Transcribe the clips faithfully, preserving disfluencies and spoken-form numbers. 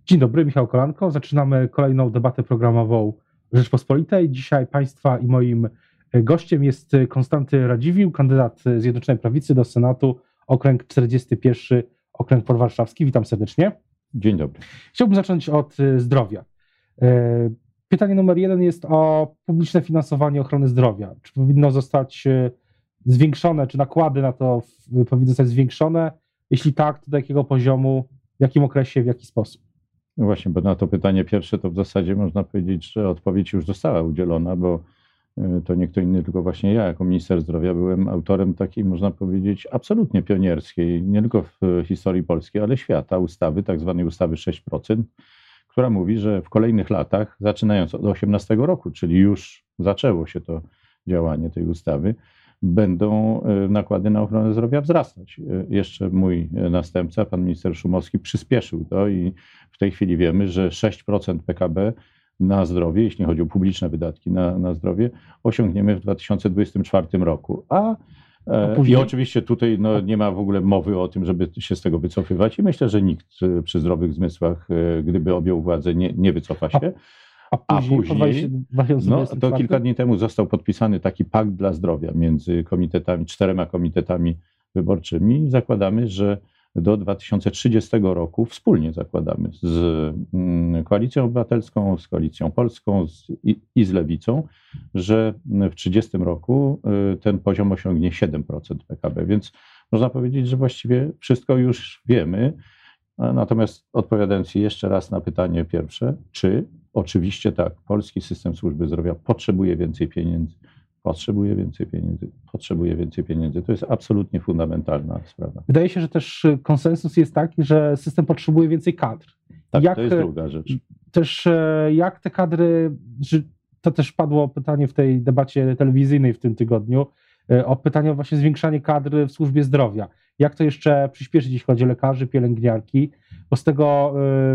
Dzień dobry, Michał Kolanko. Zaczynamy kolejną debatę programową Rzeczpospolitej. Dzisiaj Państwa i moim gościem jest Konstanty Radziwiłł, kandydat Zjednoczonej Prawicy do Senatu, okręg czterdziesty pierwszy, okręg podwarszawski. Witam serdecznie. Dzień dobry. Chciałbym zacząć od zdrowia. Pytanie numer jeden jest o publiczne finansowanie ochrony zdrowia. Czy powinno zostać zwiększone, czy nakłady na to powinny zostać zwiększone? Jeśli tak, to do jakiego poziomu, w jakim okresie, w jaki sposób? No właśnie, bo na to pytanie pierwsze to w zasadzie można powiedzieć, że odpowiedź już została udzielona, bo to nie kto inny, tylko właśnie ja jako minister zdrowia byłem autorem takiej, można powiedzieć, absolutnie pionierskiej, nie tylko w historii Polski, ale świata, ustawy, tak zwanej ustawy sześć procent, która mówi, że w kolejnych latach, zaczynając od osiemnastego roku, czyli już zaczęło się to działanie tej ustawy, będą nakłady na ochronę zdrowia wzrastać. Jeszcze mój następca, pan minister Szumowski, przyspieszył to i w tej chwili wiemy, że sześć procent P K B na zdrowie, jeśli chodzi o publiczne wydatki na, na zdrowie, osiągniemy w dwa tysiące dwudziestym czwartym roku. A, a później... I oczywiście tutaj no, nie ma w ogóle mowy o tym, żeby się z tego wycofywać i myślę, że nikt przy zdrowych zmysłach, gdyby objął władzę, nie, nie wycofa się. A później, a później no, to kilka dni temu został podpisany taki pakt dla zdrowia między komitetami, czterema komitetami wyborczymi. Zakładamy, że do dwa tysiące trzydziestego roku wspólnie zakładamy z Koalicją Obywatelską, z Koalicją Polską z, i, i z Lewicą, że w trzydziestym roku ten poziom osiągnie siedem procent P K B. Więc można powiedzieć, że właściwie wszystko już wiemy. Natomiast odpowiadając jeszcze raz na pytanie pierwsze, czy oczywiście tak, polski system służby zdrowia potrzebuje więcej pieniędzy, potrzebuje więcej pieniędzy, potrzebuje więcej pieniędzy. To jest absolutnie fundamentalna sprawa. Wydaje się, że też konsensus jest taki, że system potrzebuje więcej kadr. Tak, jak, to jest druga rzecz. Też jak te kadry, to też padło pytanie w tej debacie telewizyjnej w tym tygodniu, o pytanie o właśnie zwiększanie kadry w służbie zdrowia. Jak to jeszcze przyspieszyć, jeśli chodzi o lekarzy, pielęgniarki? Bo z tego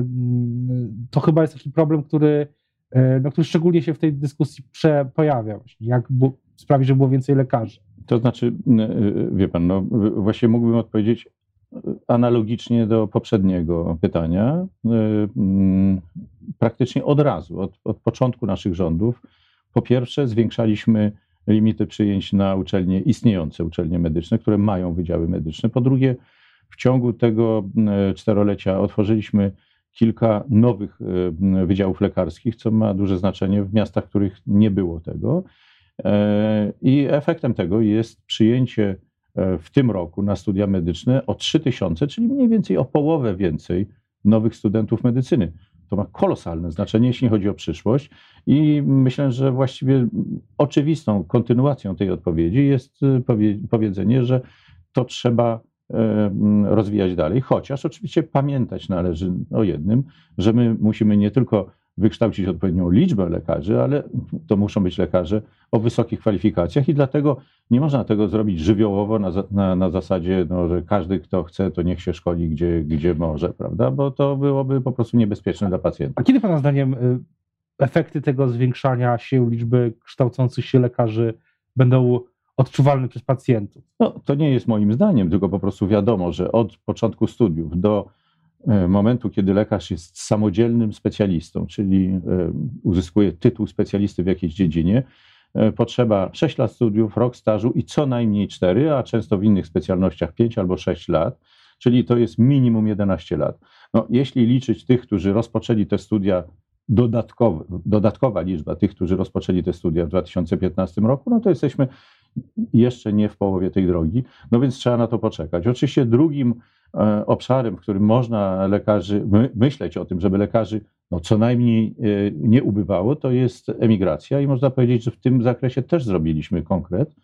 to chyba jest taki problem, który, no, który szczególnie się w tej dyskusji prze, pojawia. Właśnie. Jak sprawić, żeby było więcej lekarzy? To znaczy, wie pan, no, właśnie mógłbym odpowiedzieć analogicznie do poprzedniego pytania. Praktycznie od razu, od, od początku naszych rządów, po pierwsze zwiększaliśmy limity przyjęć na uczelnie, istniejące uczelnie medyczne, które mają wydziały medyczne. Po drugie, w ciągu tego czterolecia otworzyliśmy kilka nowych wydziałów lekarskich, co ma duże znaczenie w miastach, w których nie było tego. I efektem tego jest przyjęcie w tym roku na studia medyczne o trzy tysiące, czyli mniej więcej o połowę więcej nowych studentów medycyny. To ma kolosalne znaczenie, jeśli chodzi o przyszłość i myślę, że właściwie oczywistą kontynuacją tej odpowiedzi jest powie powiedzenie, że to trzeba rozwijać dalej, chociaż oczywiście pamiętać należy o jednym, że my musimy nie tylko wykształcić odpowiednią liczbę lekarzy, ale to muszą być lekarze o wysokich kwalifikacjach i dlatego nie można tego zrobić żywiołowo na, na, na zasadzie, no, że każdy, kto chce, to niech się szkoli, gdzie, gdzie może, prawda? Bo to byłoby po prostu niebezpieczne dla pacjentów. A kiedy Pana zdaniem efekty tego zwiększania się liczby kształcących się lekarzy będą odczuwalne przez pacjentów? No, to nie jest moim zdaniem, tylko po prostu wiadomo, że od początku studiów do momentu, kiedy lekarz jest samodzielnym specjalistą, czyli uzyskuje tytuł specjalisty w jakiejś dziedzinie, potrzeba sześć lat studiów, rok stażu i co najmniej cztery, a często w innych specjalnościach pięć albo sześć lat, czyli to jest minimum jedenaście lat. No, jeśli liczyć tych, którzy rozpoczęli te studia, dodatkowe, dodatkowa liczba tych, którzy rozpoczęli te studia w dwa tysiące piętnastym roku, no to jesteśmy jeszcze nie w połowie tej drogi, no więc trzeba na to poczekać. Oczywiście drugim e, obszarem, w którym można lekarzy, my, myśleć o tym, żeby lekarzy no, co najmniej e, nie ubywało, to jest emigracja i można powiedzieć, że w tym zakresie też zrobiliśmy konkret.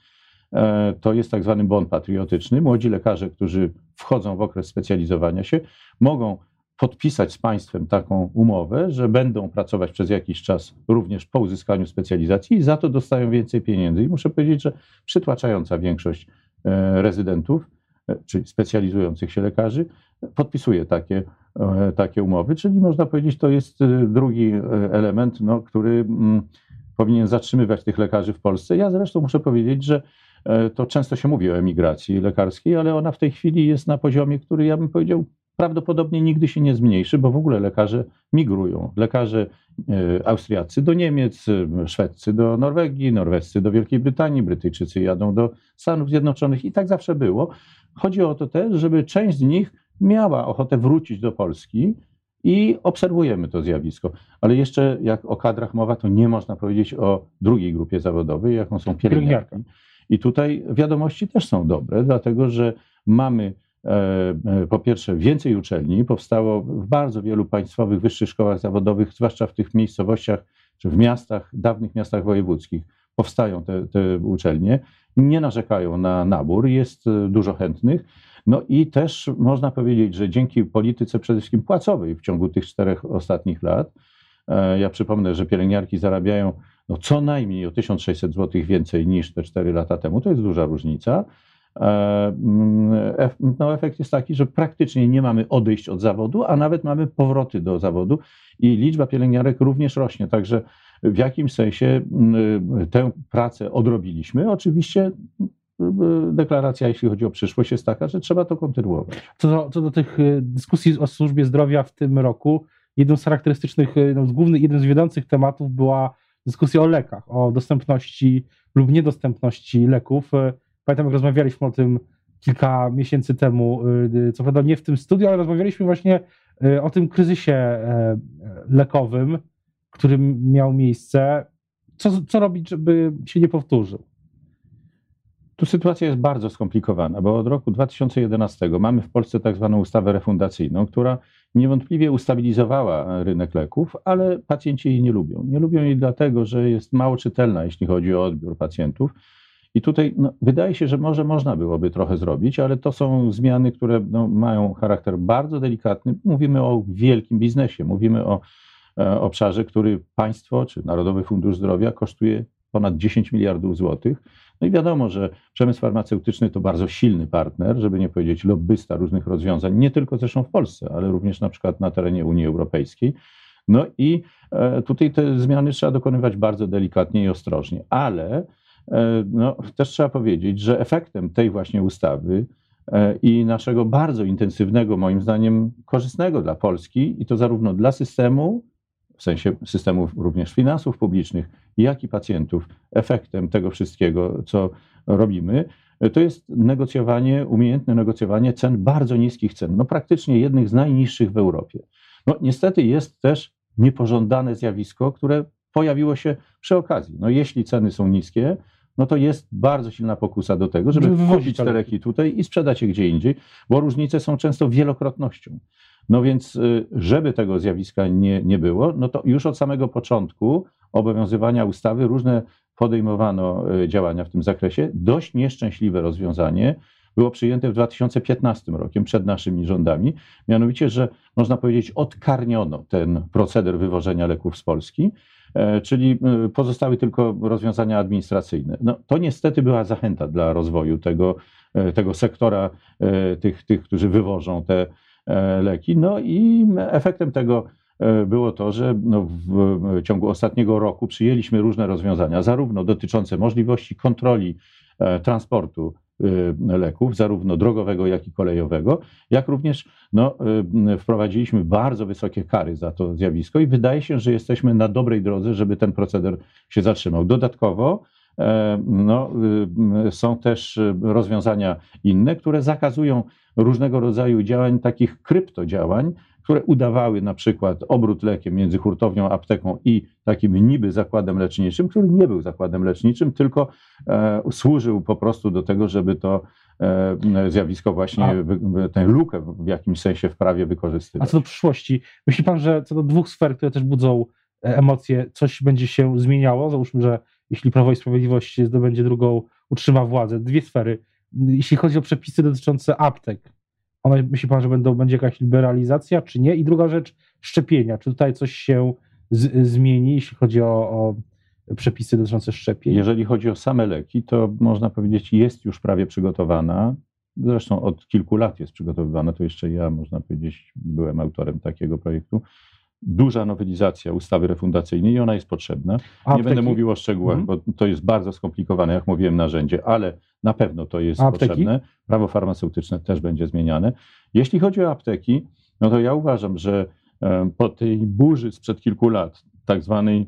E, to jest tak zwany bon patriotyczny. Młodzi lekarze, którzy wchodzą w okres specjalizowania się, mogą podpisać z państwem taką umowę, że będą pracować przez jakiś czas również po uzyskaniu specjalizacji i za to dostają więcej pieniędzy. I muszę powiedzieć, że przytłaczająca większość rezydentów, czyli specjalizujących się lekarzy, podpisuje takie, takie umowy, czyli można powiedzieć, to jest drugi element, no, który powinien zatrzymywać tych lekarzy w Polsce. Ja zresztą muszę powiedzieć, że to często się mówi o emigracji lekarskiej, ale ona w tej chwili jest na poziomie, który ja bym powiedział prawdopodobnie nigdy się nie zmniejszy, bo w ogóle lekarze migrują. Lekarze austriaccy do Niemiec, szwedzcy do Norwegii, norwescy do Wielkiej Brytanii, Brytyjczycy jadą do Stanów Zjednoczonych i tak zawsze było. Chodzi o to też, żeby część z nich miała ochotę wrócić do Polski i obserwujemy to zjawisko. Ale jeszcze jak o kadrach mowa, to nie można powiedzieć o drugiej grupie zawodowej, jaką są pielęgniarki. I tutaj wiadomości też są dobre, dlatego że mamy po pierwsze więcej uczelni, powstało w bardzo wielu państwowych wyższych szkołach zawodowych, zwłaszcza w tych miejscowościach czy w miastach, dawnych miastach wojewódzkich powstają te, te uczelnie, nie narzekają na nabór, jest dużo chętnych. No i też można powiedzieć, że dzięki polityce przede wszystkim płacowej w ciągu tych czterech ostatnich lat, ja przypomnę, że pielęgniarki zarabiają no co najmniej o tysiąc sześćset złotych więcej niż te cztery lata temu, to jest duża różnica. No, efekt jest taki, że praktycznie nie mamy odejść od zawodu, a nawet mamy powroty do zawodu i liczba pielęgniarek również rośnie. Także w jakimś sensie tę pracę odrobiliśmy. Oczywiście deklaracja, jeśli chodzi o przyszłość, jest taka, że trzeba to kontynuować. Co do, co do tych dyskusji o służbie zdrowia w tym roku, jedną z charakterystycznych, no, z głównych, jednym z wiodących tematów była dyskusja o lekach, o dostępności lub niedostępności leków. Pamiętam, jak rozmawialiśmy o tym kilka miesięcy temu, co prawda nie w tym studiu, ale rozmawialiśmy właśnie o tym kryzysie lekowym, który miał miejsce. Co, co robić, żeby się nie powtórzył? Tu sytuacja jest bardzo skomplikowana, bo od roku dwa tysiące jedenastego mamy w Polsce tak zwaną ustawę refundacyjną, która niewątpliwie ustabilizowała rynek leków, ale pacjenci jej nie lubią. Nie lubią jej dlatego, że jest mało czytelna, jeśli chodzi o odbiór pacjentów. I tutaj no, wydaje się, że może można byłoby trochę zrobić, ale to są zmiany, które no, mają charakter bardzo delikatny. Mówimy o wielkim biznesie, mówimy o e, obszarze, który państwo czy Narodowy Fundusz Zdrowia kosztuje ponad dziesięć miliardów złotych. No i wiadomo, że przemysł farmaceutyczny to bardzo silny partner, żeby nie powiedzieć lobbysta różnych rozwiązań, nie tylko zresztą w Polsce, ale również na przykład na terenie Unii Europejskiej. No i e, tutaj te zmiany trzeba dokonywać bardzo delikatnie i ostrożnie, ale no, też trzeba powiedzieć, że efektem tej właśnie ustawy i naszego bardzo intensywnego, moim zdaniem korzystnego dla Polski, i to zarówno dla systemu, w sensie systemu również finansów publicznych, jak i pacjentów, efektem tego wszystkiego, co robimy, to jest negocjowanie, umiejętne negocjowanie cen, bardzo niskich cen, no praktycznie jednych z najniższych w Europie. No niestety jest też niepożądane zjawisko, które pojawiło się przy okazji. No jeśli ceny są niskie, no to jest bardzo silna pokusa do tego, żeby kupić te leki tutaj i sprzedać je gdzie indziej, bo różnice są często wielokrotnością. No więc, żeby tego zjawiska nie, nie było, no to już od samego początku obowiązywania ustawy różne podejmowano działania w tym zakresie. Dość nieszczęśliwe rozwiązanie było przyjęte w dwa tysiące piętnastym rokiem, przed naszymi rządami, mianowicie, że można powiedzieć odkarniono ten proceder wywożenia leków z Polski, czyli pozostały tylko rozwiązania administracyjne. No, to niestety była zachęta dla rozwoju tego, tego sektora, tych, tych, którzy wywożą te leki. No i efektem tego było to, że no w ciągu ostatniego roku przyjęliśmy różne rozwiązania, zarówno dotyczące możliwości kontroli transportu leków, zarówno drogowego, jak i kolejowego, jak również no, wprowadziliśmy bardzo wysokie kary za to zjawisko i wydaje się, że jesteśmy na dobrej drodze, żeby ten proceder się zatrzymał. Dodatkowo no, są też rozwiązania inne, które zakazują różnego rodzaju działań, takich kryptodziałań, które udawały na przykład obrót lekiem między hurtownią, apteką i takim niby zakładem leczniczym, który nie był zakładem leczniczym, tylko e, służył po prostu do tego, żeby to e, zjawisko właśnie, wy, tę lukę w jakimś sensie w prawie wykorzystywać. A co do przyszłości, myśli pan, że co do dwóch sfer, które też budzą emocje, coś będzie się zmieniało? Załóżmy, że jeśli Prawo i Sprawiedliwość zdobędzie drugą, utrzyma władzę, dwie sfery. Jeśli chodzi o przepisy dotyczące aptek, one, myśli pan, że będą, będzie jakaś liberalizacja, czy nie? I druga rzecz, szczepienia. Czy tutaj coś się z, zmieni, jeśli chodzi o, o przepisy dotyczące szczepień? Jeżeli chodzi o same leki, to można powiedzieć, jest już prawie przygotowana. Zresztą od kilku lat jest przygotowywana. To jeszcze ja, można powiedzieć, byłem autorem takiego projektu. Duża nowelizacja ustawy refundacyjnej i ona jest potrzebna. Nie będę mówił o szczegółach, hmm. bo to jest bardzo skomplikowane, jak mówiłem, narzędzie, ale Na pewno to jest A apteki? potrzebne. Prawo farmaceutyczne też będzie zmieniane. Jeśli chodzi o apteki, no to ja uważam, że po tej burzy sprzed kilku lat, tak zwanej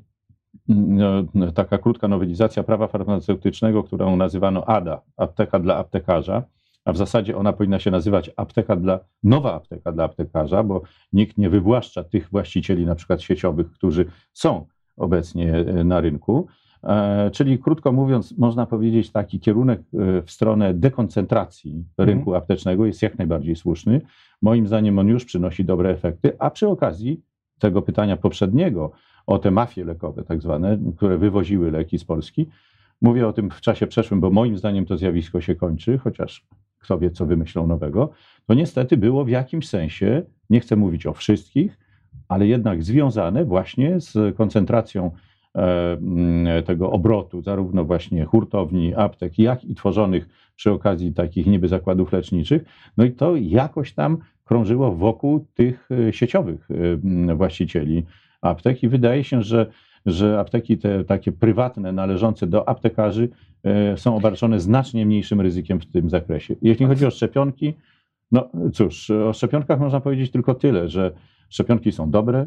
no, taka krótka nowelizacja prawa farmaceutycznego, którą nazywano A D A, apteka dla aptekarza, a w zasadzie ona powinna się nazywać apteka dla, nowa apteka dla aptekarza, bo nikt nie wywłaszcza tych właścicieli na przykład sieciowych, którzy są obecnie na rynku. Czyli krótko mówiąc, można powiedzieć, taki kierunek w stronę dekoncentracji rynku mhm. aptecznego jest jak najbardziej słuszny. Moim zdaniem on już przynosi dobre efekty, a przy okazji tego pytania poprzedniego o te mafie lekowe tak zwane, które wywoziły leki z Polski, mówię o tym w czasie przeszłym, bo moim zdaniem to zjawisko się kończy, chociaż kto wie, co wymyślą nowego, to niestety było w jakimś sensie, nie chcę mówić o wszystkich, ale jednak związane właśnie z koncentracją tego obrotu, zarówno właśnie hurtowni, aptek, jak i tworzonych przy okazji takich niby zakładów leczniczych. No i to jakoś tam krążyło wokół tych sieciowych właścicieli aptek i wydaje się, że, że apteki te takie prywatne, należące do aptekarzy są obarczone znacznie mniejszym ryzykiem w tym zakresie. Jeśli chodzi o szczepionki, no cóż, o szczepionkach można powiedzieć tylko tyle, że szczepionki są dobre,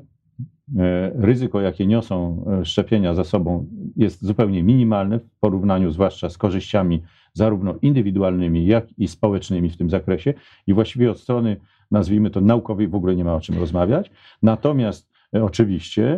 ryzyko, jakie niosą szczepienia za sobą, jest zupełnie minimalne w porównaniu zwłaszcza z korzyściami zarówno indywidualnymi, jak i społecznymi w tym zakresie i właściwie od strony, nazwijmy to naukowej, w ogóle nie ma o czym rozmawiać. Natomiast oczywiście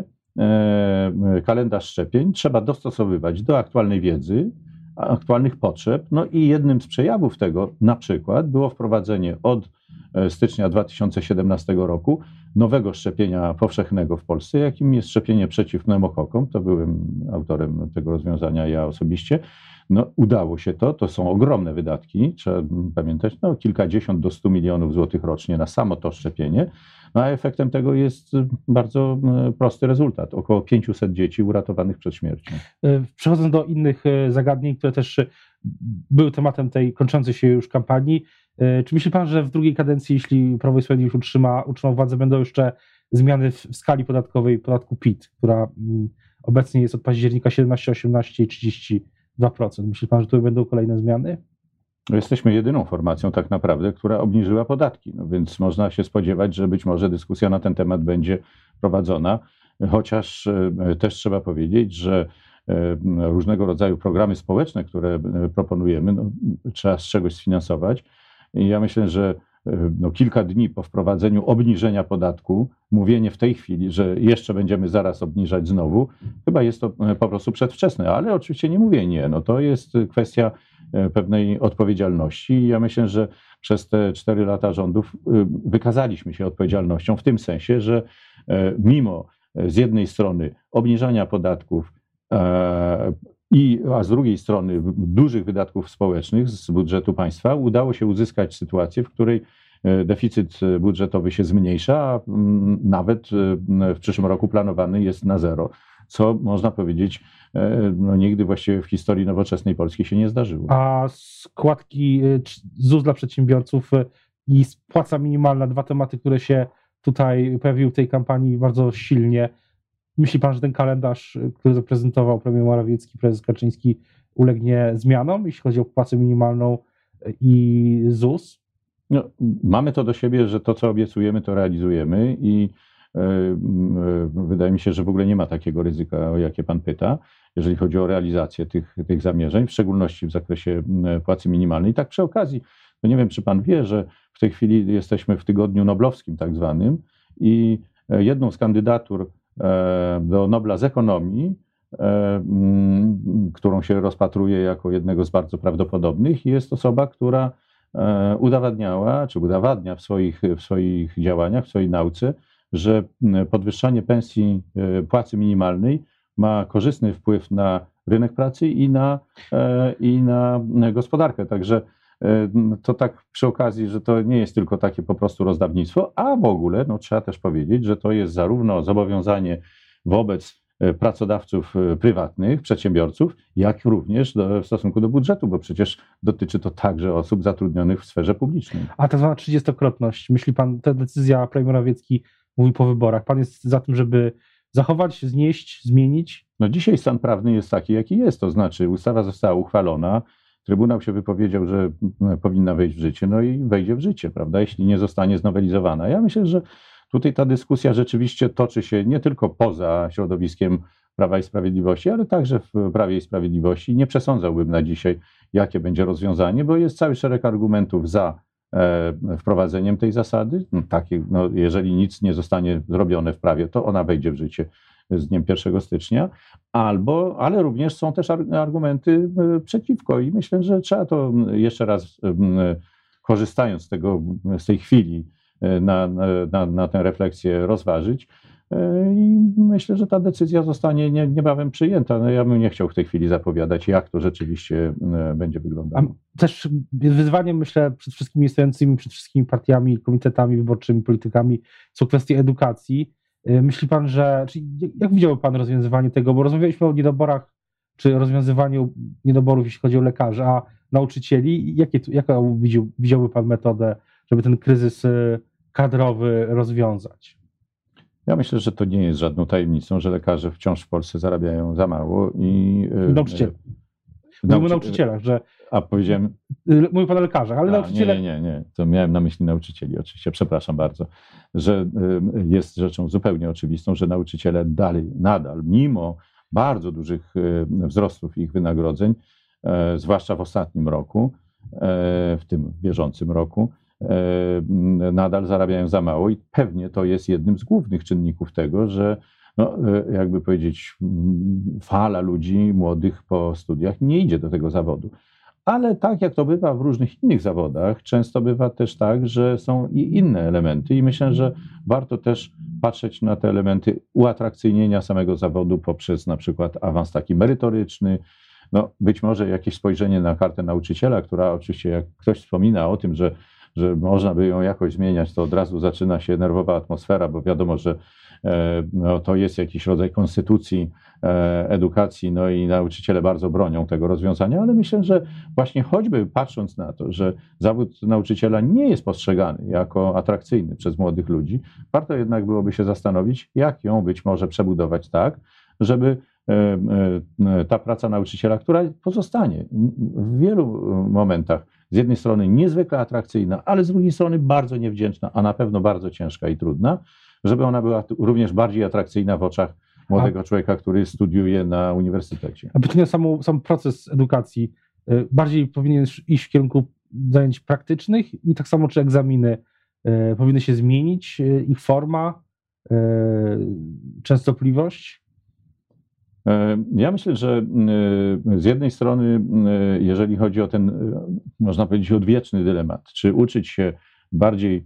kalendarz szczepień trzeba dostosowywać do aktualnej wiedzy, aktualnych potrzeb. No i jednym z przejawów tego na przykład było wprowadzenie od stycznia dwa tysiące siedemnastego roku nowego szczepienia powszechnego w Polsce, jakim jest szczepienie przeciw pneumokokom. To byłem autorem tego rozwiązania ja osobiście. No, udało się to, to są ogromne wydatki, trzeba pamiętać, no, kilkadziesiąt do stu milionów złotych rocznie na samo to szczepienie, no, a efektem tego jest bardzo prosty rezultat, około pięciuset dzieci uratowanych przed śmiercią. Przechodząc do innych zagadnień, które też były tematem tej kończącej się już kampanii, czy myśli pan, że w drugiej kadencji, jeśli Prawo i Sprawiedliwość utrzyma, utrzyma władzę, będą jeszcze zmiany w skali podatkowej podatku P I T, która obecnie jest od października siedemnaście, osiemnaście i trzydzieści dwa procent. Myśli pan, że tu będą kolejne zmiany? Jesteśmy jedyną formacją tak naprawdę, która obniżyła podatki, no więc można się spodziewać, że być może dyskusja na ten temat będzie prowadzona, chociaż też trzeba powiedzieć, że różnego rodzaju programy społeczne, które proponujemy, no, trzeba z czegoś sfinansować. I ja myślę, że no, kilka dni po wprowadzeniu obniżenia podatku, mówienie w tej chwili, że jeszcze będziemy zaraz obniżać znowu, chyba jest to po prostu przedwczesne, ale oczywiście nie mówię nie, no to jest kwestia pewnej odpowiedzialności i ja myślę, że przez te cztery lata rządów wykazaliśmy się odpowiedzialnością w tym sensie, że mimo z jednej strony obniżania podatków I, a z drugiej strony dużych wydatków społecznych z budżetu państwa udało się uzyskać sytuację, w której deficyt budżetowy się zmniejsza, a nawet w przyszłym roku planowany jest na zero, co można powiedzieć no, nigdy właściwie w historii nowoczesnej Polski się nie zdarzyło. A składki Z U S dla przedsiębiorców i płaca minimalna, dwa tematy, które się tutaj pojawiły w tej kampanii bardzo silnie. Myśli pan, że ten kalendarz, który zaprezentował premier Morawiecki, prezes Kaczyński, ulegnie zmianom, jeśli chodzi o płacę minimalną i Z U S? No, mamy to do siebie, że to, co obiecujemy, to realizujemy i yy, yy, wydaje mi się, że w ogóle nie ma takiego ryzyka, o jakie pan pyta, jeżeli chodzi o realizację tych, tych zamierzeń, w szczególności w zakresie płacy minimalnej. I tak przy okazji, to nie wiem, czy pan wie, że w tej chwili jesteśmy w tygodniu noblowskim tak zwanym i jedną z kandydatur do Nobla z ekonomii, którą się rozpatruje jako jednego z bardzo prawdopodobnych, jest osoba, która udowadniała, czy udowadnia w swoich, w swoich działaniach, w swojej nauce, że podwyższanie pensji płacy minimalnej ma korzystny wpływ na rynek pracy i na, i na gospodarkę. Także to tak przy okazji, że to nie jest tylko takie po prostu rozdawnictwo, a w ogóle no, trzeba też powiedzieć, że to jest zarówno zobowiązanie wobec pracodawców prywatnych, przedsiębiorców, jak również do, w stosunku do budżetu, bo przecież dotyczy to także osób zatrudnionych w sferze publicznej. A ta zwana trzydziestokrotność, myśli pan, ta decyzja premier Morawiecki mówi po wyborach, pan jest za tym, żeby zachować, znieść, zmienić? No dzisiaj stan prawny jest taki, jaki jest, to znaczy ustawa została uchwalona, Trybunał się wypowiedział, że powinna wejść w życie, no i wejdzie w życie, prawda, jeśli nie zostanie znowelizowana. Ja myślę, że tutaj ta dyskusja rzeczywiście toczy się nie tylko poza środowiskiem Prawa i Sprawiedliwości, ale także w Prawie i Sprawiedliwości. Nie przesądzałbym na dzisiaj, jakie będzie rozwiązanie, bo jest cały szereg argumentów za e, wprowadzeniem tej zasady. No, takie, no, jeżeli nic nie zostanie zrobione w prawie, to ona wejdzie w życie z dniem pierwszego stycznia, albo, ale również są też argumenty przeciwko i myślę, że trzeba to jeszcze raz, korzystając z tego, z tej chwili, na, na, na tę refleksję rozważyć. I myślę, że ta decyzja zostanie nie, niebawem przyjęta. No ja bym nie chciał w tej chwili zapowiadać, jak to rzeczywiście będzie wyglądało. A też wyzwaniem, myślę, przed wszystkimi stojącymi, przed wszystkimi partiami, komitetami wyborczymi, politykami są kwestie edukacji. Myśli pan, że, czyli jak widziałby pan rozwiązywanie tego, bo rozmawialiśmy o niedoborach, czy rozwiązywaniu niedoborów, jeśli chodzi o lekarzy, a nauczycieli, jakie, jaką widział, widziałby pan metodę, żeby ten kryzys kadrowy rozwiązać? Ja myślę, że to nie jest żadną tajemnicą, że lekarze wciąż w Polsce zarabiają za mało i... Nauczyciele. Mówimy o nauczycielach, że... A powiedziałem... Mówię pan o lekarzach, ale A, nauczyciele... Nie, nie, nie, to miałem na myśli nauczycieli oczywiście, przepraszam bardzo, że jest rzeczą zupełnie oczywistą, że nauczyciele dalej, nadal, mimo bardzo dużych wzrostów ich wynagrodzeń, zwłaszcza w ostatnim roku, w tym bieżącym roku, nadal zarabiają za mało i pewnie to jest jednym z głównych czynników tego, że no, jakby powiedzieć, fala ludzi młodych po studiach nie idzie do tego zawodu. Ale tak jak to bywa w różnych innych zawodach, często bywa też tak, że są i inne elementy i myślę, że warto też patrzeć na te elementy uatrakcyjnienia samego zawodu poprzez na przykład awans taki merytoryczny, no być może jakieś spojrzenie na kartę nauczyciela, która oczywiście jak ktoś wspomina o tym, że że można by ją jakoś zmieniać, to od razu zaczyna się nerwowa atmosfera, bo wiadomo, że no, to jest jakiś rodzaj konstytucji edukacji, no i nauczyciele bardzo bronią tego rozwiązania, ale myślę, że właśnie choćby patrząc na to, że zawód nauczyciela nie jest postrzegany jako atrakcyjny przez młodych ludzi, warto jednak byłoby się zastanowić, jak ją być może przebudować tak, żeby ta praca nauczyciela, która pozostanie w wielu momentach z jednej strony niezwykle atrakcyjna, ale z drugiej strony bardzo niewdzięczna, a na pewno bardzo ciężka i trudna, żeby ona była również bardziej atrakcyjna w oczach młodego a, człowieka, który studiuje na uniwersytecie. A pytanie o sam, sam proces edukacji bardziej powinien iść w kierunku zajęć praktycznych i tak samo czy egzaminy y, powinny się zmienić, y, ich forma, y, częstotliwość? Ja myślę, że z jednej strony, jeżeli chodzi o ten, można powiedzieć, odwieczny dylemat, czy uczyć się bardziej,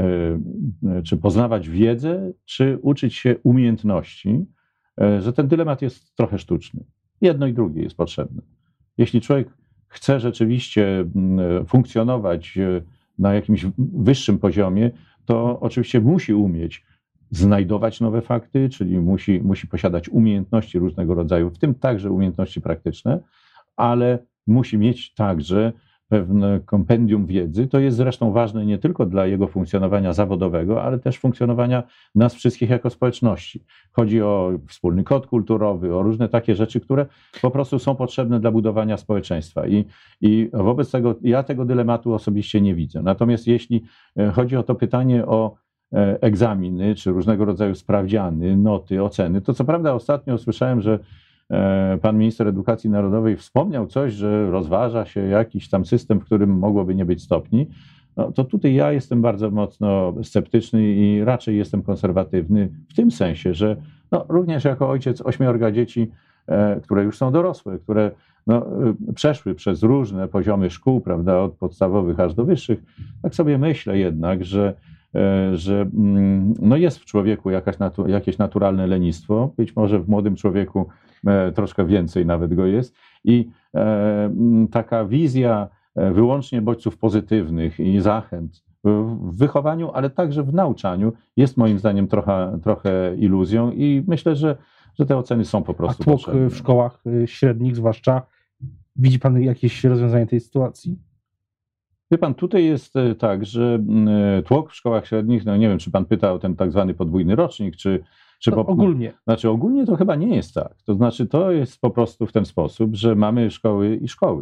czy poznawać wiedzę, czy uczyć się umiejętności, że ten dylemat jest trochę sztuczny. Jedno i drugie jest potrzebne. Jeśli człowiek chce rzeczywiście funkcjonować na jakimś wyższym poziomie, to oczywiście musi umieć znajdować nowe fakty, czyli musi, musi posiadać umiejętności różnego rodzaju, w tym także umiejętności praktyczne, ale musi mieć także pewne kompendium wiedzy. To jest zresztą ważne nie tylko dla jego funkcjonowania zawodowego, ale też funkcjonowania nas wszystkich jako społeczności. Chodzi o wspólny kod kulturowy, o różne takie rzeczy, które po prostu są potrzebne dla budowania społeczeństwa. I, i wobec tego ja tego dylematu osobiście nie widzę. Natomiast jeśli chodzi o to pytanie o egzaminy, czy różnego rodzaju sprawdziany, noty, oceny, to co prawda ostatnio słyszałem, że pan minister edukacji narodowej wspomniał coś, że rozważa się jakiś tam system, w którym mogłoby nie być stopni, no to tutaj ja jestem bardzo mocno sceptyczny i raczej jestem konserwatywny w tym sensie, że no, również jako ojciec ośmiorga dzieci, które już są dorosłe, które no, przeszły przez różne poziomy szkół, prawda, od podstawowych aż do wyższych, tak sobie myślę jednak, że że no jest w człowieku jakaś natu, jakieś naturalne lenistwo, być może w młodym człowieku troszkę więcej nawet go jest i taka wizja wyłącznie bodźców pozytywnych i zachęt w wychowaniu, ale także w nauczaniu jest moim zdaniem trochę, trochę iluzją i myślę, że, że te oceny są po prostu A tłok potrzebne. W szkołach średnich zwłaszcza, widzi pan jakieś rozwiązanie tej sytuacji? Wie pan, tutaj jest tak, że tłok w szkołach średnich, no nie wiem, czy pan pyta o ten tak zwany podwójny rocznik, czy... czy no, po, ogólnie. Znaczy ogólnie to chyba nie jest tak. To znaczy to jest po prostu w ten sposób, że mamy szkoły i szkoły.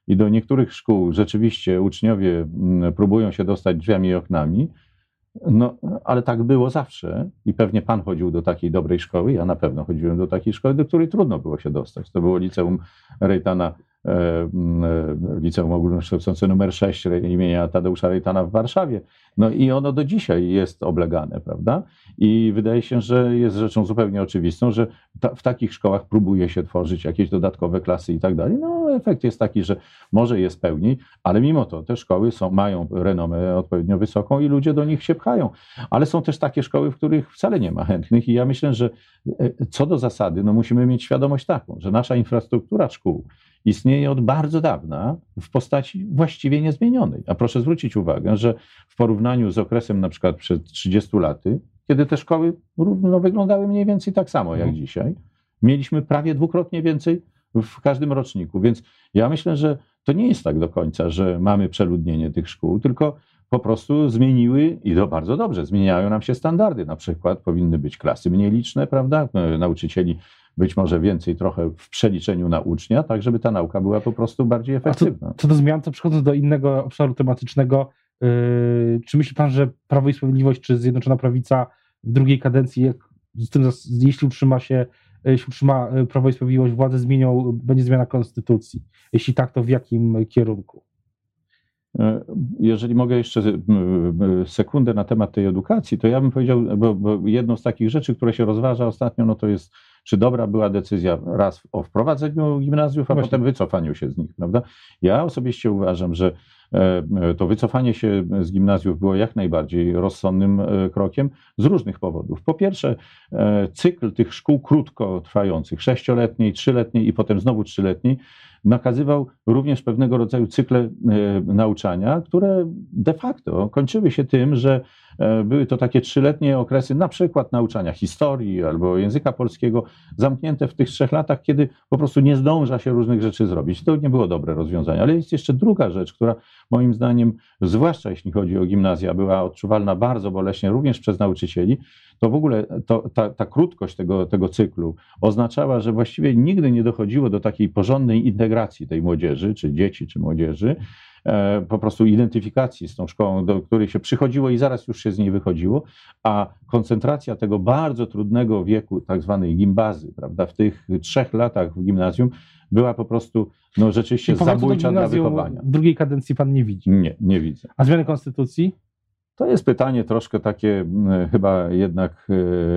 i do niektórych szkół rzeczywiście uczniowie próbują się dostać drzwiami i oknami, no, ale tak było zawsze i pewnie pan chodził do takiej dobrej szkoły, ja na pewno chodziłem do takiej szkoły, do której trudno było się dostać. To było liceum Rejtana, e, liceum ogólnokształcące numer sześć imienia Tadeusza Rejtana w Warszawie. No i ono do dzisiaj jest oblegane, prawda? I wydaje się, że jest rzeczą zupełnie oczywistą, że ta, w takich szkołach próbuje się tworzyć jakieś dodatkowe klasy i tak dalej. No efekt jest taki, że może jest pełniej, ale mimo to te szkoły są, mają renomę odpowiednio wysoką i ludzie do nich się pchają. Ale są też takie szkoły, w których wcale nie ma chętnych i ja myślę, że co do zasady, no musimy mieć świadomość taką, że nasza infrastruktura szkół istnieje od bardzo dawna w postaci właściwie niezmienionej. A proszę zwrócić uwagę, że w porównaniu z okresem na przykład przed trzydziestu laty, kiedy te szkoły równo wyglądały mniej więcej tak samo jak dzisiaj, mieliśmy prawie dwukrotnie więcej w każdym roczniku. Więc ja myślę, że to nie jest tak do końca, że mamy przeludnienie tych szkół, tylko po prostu zmieniły i to bardzo dobrze, zmieniają nam się standardy. Na przykład powinny być klasy mniej liczne, prawda? Nauczycieli być może więcej trochę w przeliczeniu na ucznia, tak żeby ta nauka była po prostu bardziej efektywna. A co do zmian, to przechodząc do innego obszaru tematycznego, yy, czy myśli pan, że Prawo i Sprawiedliwość czy Zjednoczona Prawica w drugiej kadencji, jak, z tym, jeśli utrzyma się, jeśli utrzyma Prawo i Sprawiedliwość władzę, zmienią, będzie zmiana konstytucji? Jeśli tak, to w jakim kierunku? Jeżeli mogę jeszcze sekundę na temat tej edukacji, to ja bym powiedział, bo, bo jedną z takich rzeczy, które się rozważa ostatnio, no to jest, czy dobra była decyzja raz o wprowadzeniu gimnazjów, a Właśnie. potem wycofaniu się z nich, prawda? Ja osobiście uważam, że to wycofanie się z gimnazjów było jak najbardziej rozsądnym krokiem z różnych powodów. Po pierwsze, cykl tych szkół krótko trwających, sześcioletniej, trzyletniej i potem znowu trzyletniej, nakazywał również pewnego rodzaju cykle nauczania, które de facto kończyły się tym, że były to takie trzyletnie okresy na przykład nauczania historii albo języka polskiego, zamknięte w tych trzech latach, kiedy po prostu nie zdąża się różnych rzeczy zrobić. To nie było dobre rozwiązanie. Ale jest jeszcze druga rzecz, która moim zdaniem, zwłaszcza jeśli chodzi o gimnazja, była odczuwalna bardzo boleśnie również przez nauczycieli, to w ogóle to, ta, ta krótkość tego, tego cyklu oznaczała, że właściwie nigdy nie dochodziło do takiej porządnej integracji tej młodzieży, czy dzieci, czy młodzieży, e, po prostu identyfikacji z tą szkołą, do której się przychodziło i zaraz już się z niej wychodziło, a koncentracja tego bardzo trudnego wieku, tak zwanej gimbazy, prawda, w tych trzech latach w gimnazjum była po prostu no, rzeczywiście zabójcza dla wychowania. W drugiej kadencji pan nie widzi? Nie, nie widzę. A zmiany konstytucji? To jest pytanie troszkę takie chyba jednak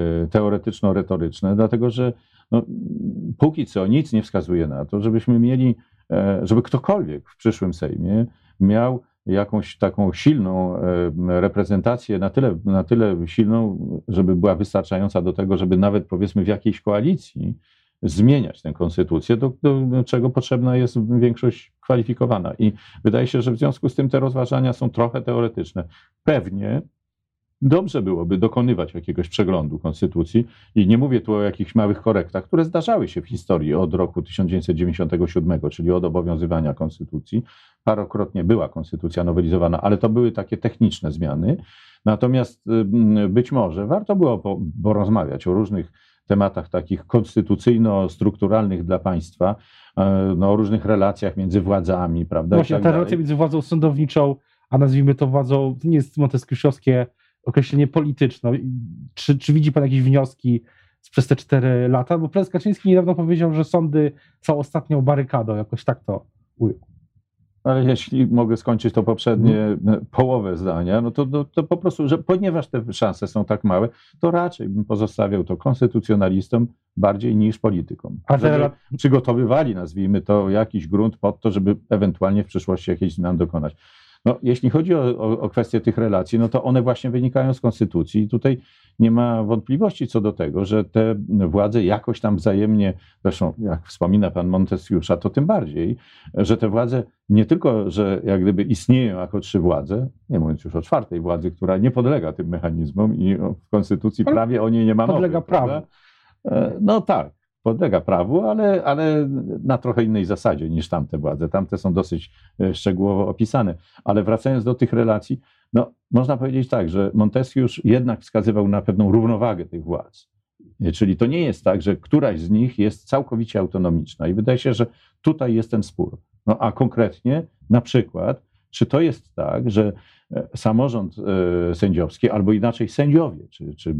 teoretyczno-retoryczne, dlatego że no, póki co nic nie wskazuje na to, żebyśmy mieli, żeby ktokolwiek w przyszłym Sejmie miał jakąś taką silną reprezentację, na tyle, na tyle silną, żeby była wystarczająca do tego, żeby nawet powiedzmy w jakiejś koalicji zmieniać tę konstytucję, do, do czego potrzebna jest większość kwalifikowana. I wydaje się, że w związku z tym te rozważania są trochę teoretyczne. Pewnie dobrze byłoby dokonywać jakiegoś przeglądu konstytucji i nie mówię tu o jakichś małych korektach, które zdarzały się w historii od roku tysiąc dziewięćset dziewięćdziesiątego siódmego, czyli od obowiązywania konstytucji. Parokrotnie była konstytucja nowelizowana, ale to były takie techniczne zmiany. Natomiast być może warto było porozmawiać o różnych tematach takich konstytucyjno-strukturalnych dla państwa, no, o różnych relacjach między władzami, prawda? Właśnie, ta relacja między władzą sądowniczą, a nazwijmy to władzą, to nie jest montesquieuowskie określenie polityczne. Czy, czy widzi pan jakieś wnioski przez te cztery lata? Bo prezes Kaczyński niedawno powiedział, że sądy są ostatnią barykadą, jakoś tak to ujął. Ale jeśli mogę skończyć to poprzednie hmm. połowę zdania, no to, to, to po prostu, że ponieważ te szanse są tak małe, to raczej bym pozostawiał to konstytucjonalistom bardziej niż politykom. A żeby lat... przygotowywali, nazwijmy to, jakiś grunt pod to, żeby ewentualnie w przyszłości jakichś zmian dokonać. No, jeśli chodzi o, o, o kwestię tych relacji, no to one właśnie wynikają z konstytucji i tutaj nie ma wątpliwości co do tego, że te władze jakoś tam wzajemnie, zresztą jak wspomina pan Montesquieu'a, to tym bardziej, że te władze nie tylko, że jak gdyby istnieją jako trzy władze, nie mówiąc już o czwartej władzy, która nie podlega tym mechanizmom i w konstytucji ale prawie o niej nie ma mowy. Podlega prawu. No tak. Podlega prawu, ale, ale na trochę innej zasadzie niż tamte władze. Tamte są dosyć szczegółowo opisane. Ale wracając do tych relacji, no, można powiedzieć tak, że Montesquieu jednak wskazywał na pewną równowagę tych władz. Czyli to nie jest tak, że któraś z nich jest całkowicie autonomiczna i wydaje się, że tutaj jest ten spór. No a konkretnie na przykład, czy to jest tak, że samorząd sędziowski, albo inaczej sędziowie, czy, czy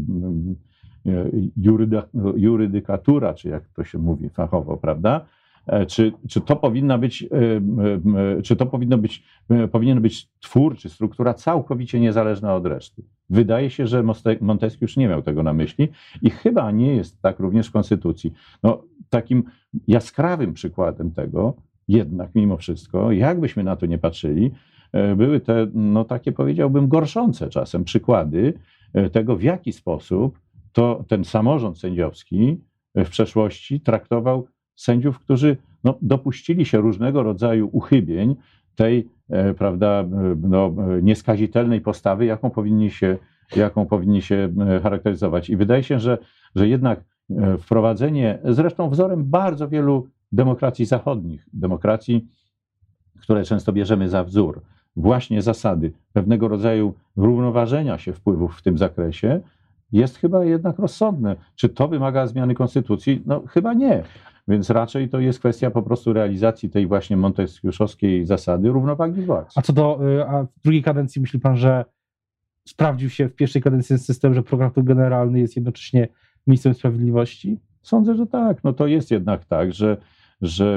juryda, jurydykatura, czy jak to się mówi fachowo, prawda? Czy, czy to powinna być, czy to powinno być, powinien być twór, czy struktura całkowicie niezależna od reszty? Wydaje się, że Montesquieu już nie miał tego na myśli i chyba nie jest tak również w Konstytucji. No, takim jaskrawym przykładem tego, jednak mimo wszystko, jakbyśmy na to nie patrzyli, były te, no takie powiedziałbym, gorszące czasem przykłady tego, w jaki sposób to ten samorząd sędziowski w przeszłości traktował sędziów, którzy no, dopuścili się różnego rodzaju uchybień tej, e, prawda, no, nieskazitelnej postawy, jaką powinni się, jaką powinni się charakteryzować. I wydaje się, że, że jednak wprowadzenie, zresztą wzorem bardzo wielu demokracji zachodnich, demokracji, które często bierzemy za wzór, właśnie zasady pewnego rodzaju równoważenia się wpływów w tym zakresie, jest chyba jednak rozsądne. Czy to wymaga zmiany konstytucji? No chyba nie. Więc raczej to jest kwestia po prostu realizacji tej właśnie montesquieuszowskiej zasady równowagi władz. A co do a w drugiej kadencji myśli pan, że sprawdził się w pierwszej kadencji system, że prokurator generalny jest jednocześnie ministrem sprawiedliwości? Sądzę, że tak. No to jest jednak tak, że, że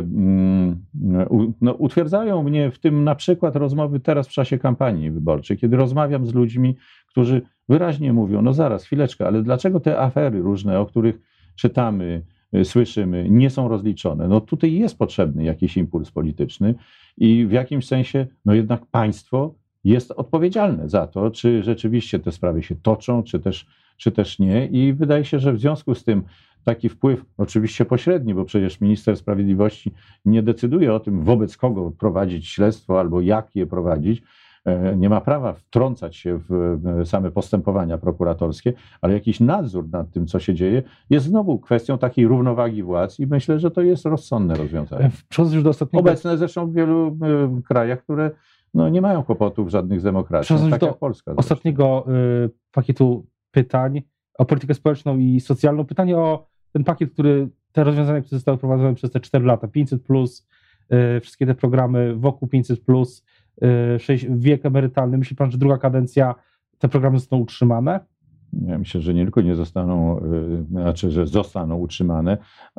no, utwierdzają mnie w tym na przykład rozmowy teraz w czasie kampanii wyborczej, kiedy rozmawiam z ludźmi, którzy wyraźnie mówią, no zaraz, chwileczkę, ale dlaczego te afery różne, o których czytamy, słyszymy, nie są rozliczone? No tutaj jest potrzebny jakiś impuls polityczny i w jakimś sensie, no jednak państwo jest odpowiedzialne za to, czy rzeczywiście te sprawy się toczą, czy też, czy też nie. I wydaje się, że w związku z tym taki wpływ, oczywiście pośredni, bo przecież minister sprawiedliwości nie decyduje o tym, wobec kogo prowadzić śledztwo albo jak je prowadzić, nie ma prawa wtrącać się w same postępowania prokuratorskie, ale jakiś nadzór nad tym, co się dzieje, jest znowu kwestią takiej równowagi władz i myślę, że to jest rozsądne rozwiązanie. Przechodząc już do ostatniego... Obecne zresztą w wielu krajach, które no, nie mają kłopotów żadnych z demokracją, tak do jak Polska. Ostatniego y, pakietu pytań o politykę społeczną i socjalną. Pytanie o ten pakiet, który, te rozwiązania, które zostały wprowadzone przez te cztery lata, pięćset plus, y, wszystkie te programy wokół pięćset plus, wiek emerytalny. Myśli pan, że druga kadencja te programy zostaną utrzymane? Ja myślę, że nie tylko nie zostaną, znaczy, że zostaną utrzymane,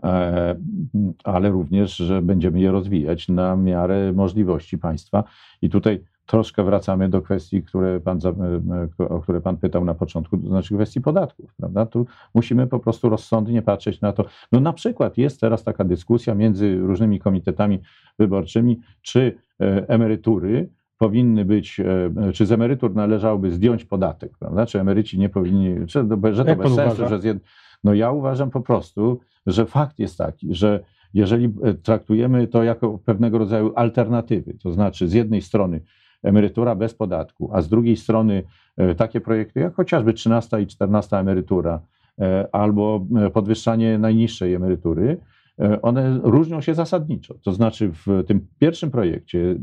ale również, że będziemy je rozwijać na miarę możliwości państwa. I tutaj troszkę wracamy do kwestii, które pan, o które pan pytał na początku, to znaczy kwestii podatków, prawda? Tu musimy po prostu rozsądnie patrzeć na to. No na przykład jest teraz taka dyskusja między różnymi komitetami wyborczymi, czy emerytury powinny być, czy z emerytur należałoby zdjąć podatek, prawda? Czy emeryci nie powinni, czy, że to Jak bez sensu, uważa? że zjed... No ja uważam po prostu, że fakt jest taki, że jeżeli traktujemy to jako pewnego rodzaju alternatywy, to znaczy z jednej strony emerytura bez podatku, a z drugiej strony takie projekty jak chociażby trzynasta i czternasta emerytura albo podwyższanie najniższej emerytury, one różnią się zasadniczo. To znaczy w tym pierwszym projekcie,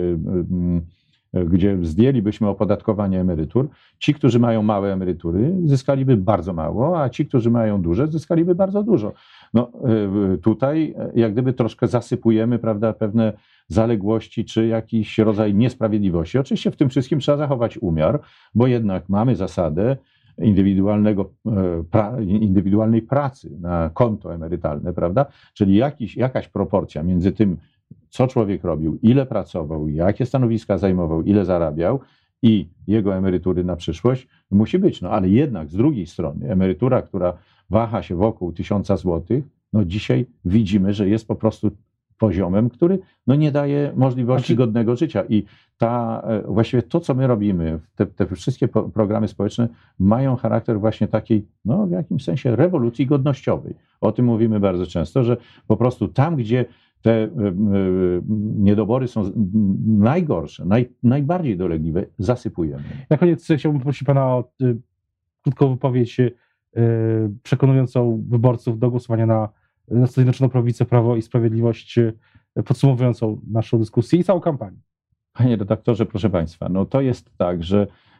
gdzie zdjęlibyśmy opodatkowanie emerytur, ci, którzy mają małe emerytury, zyskaliby bardzo mało, a ci, którzy mają duże, zyskaliby bardzo dużo. No, tutaj jak gdyby troszkę zasypujemy, prawda, pewne zaległości czy jakiś rodzaj niesprawiedliwości. Oczywiście w tym wszystkim trzeba zachować umiar, bo jednak mamy zasadę indywidualnego, pra, indywidualnej pracy na konto emerytalne, prawda? Czyli jakiś, jakaś proporcja między tym, co człowiek robił, ile pracował, jakie stanowiska zajmował, ile zarabiał i jego emerytury na przyszłość musi być. No ale jednak z drugiej strony emerytura, która waha się wokół tysiąca złotych, no dzisiaj widzimy, że jest po prostu poziomem, który no nie daje możliwości znaczy... godnego życia. I ta, właściwie to, co my robimy, te, te wszystkie po, programy społeczne mają charakter właśnie takiej, no w jakimś sensie rewolucji godnościowej. O tym mówimy bardzo często, że po prostu tam, gdzie te y, y, niedobory są najgorsze, naj, najbardziej dolegliwe, zasypujemy. Na koniec chciałbym prosić pana o y, krótką wypowiedź y, przekonującą wyborców do głosowania na, na Zjednoczoną Prawicę, Prawo i Sprawiedliwość, y, podsumowującą naszą dyskusję i całą kampanię. Panie redaktorze, proszę państwa, no to jest tak, że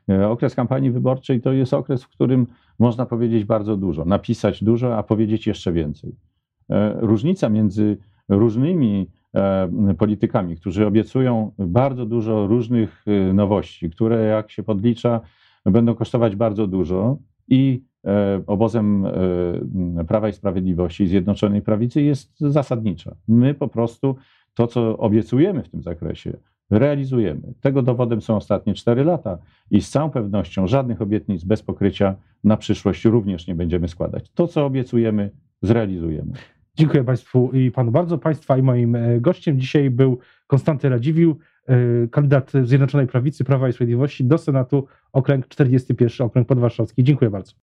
Okres kampanii wyborczej to jest okres, w którym można powiedzieć bardzo dużo, napisać dużo, a powiedzieć jeszcze więcej. Różnica między różnymi politykami, którzy obiecują bardzo dużo różnych nowości, które jak się podlicza, będą kosztować bardzo dużo, i obozem Prawa i Sprawiedliwości i Zjednoczonej Prawicy jest zasadnicza. My po prostu to, co obiecujemy w tym zakresie, realizujemy. Tego dowodem są ostatnie cztery lata i z całą pewnością żadnych obietnic bez pokrycia na przyszłość również nie będziemy składać. To, co obiecujemy, zrealizujemy. Dziękuję Państwu i Panu bardzo. Państwa i moim gościem dzisiaj był Konstanty Radziwiłł, kandydat Zjednoczonej Prawicy, Prawa i Sprawiedliwości do Senatu, okręg czterdziesty pierwszy, okręg podwarszawski. Dziękuję bardzo.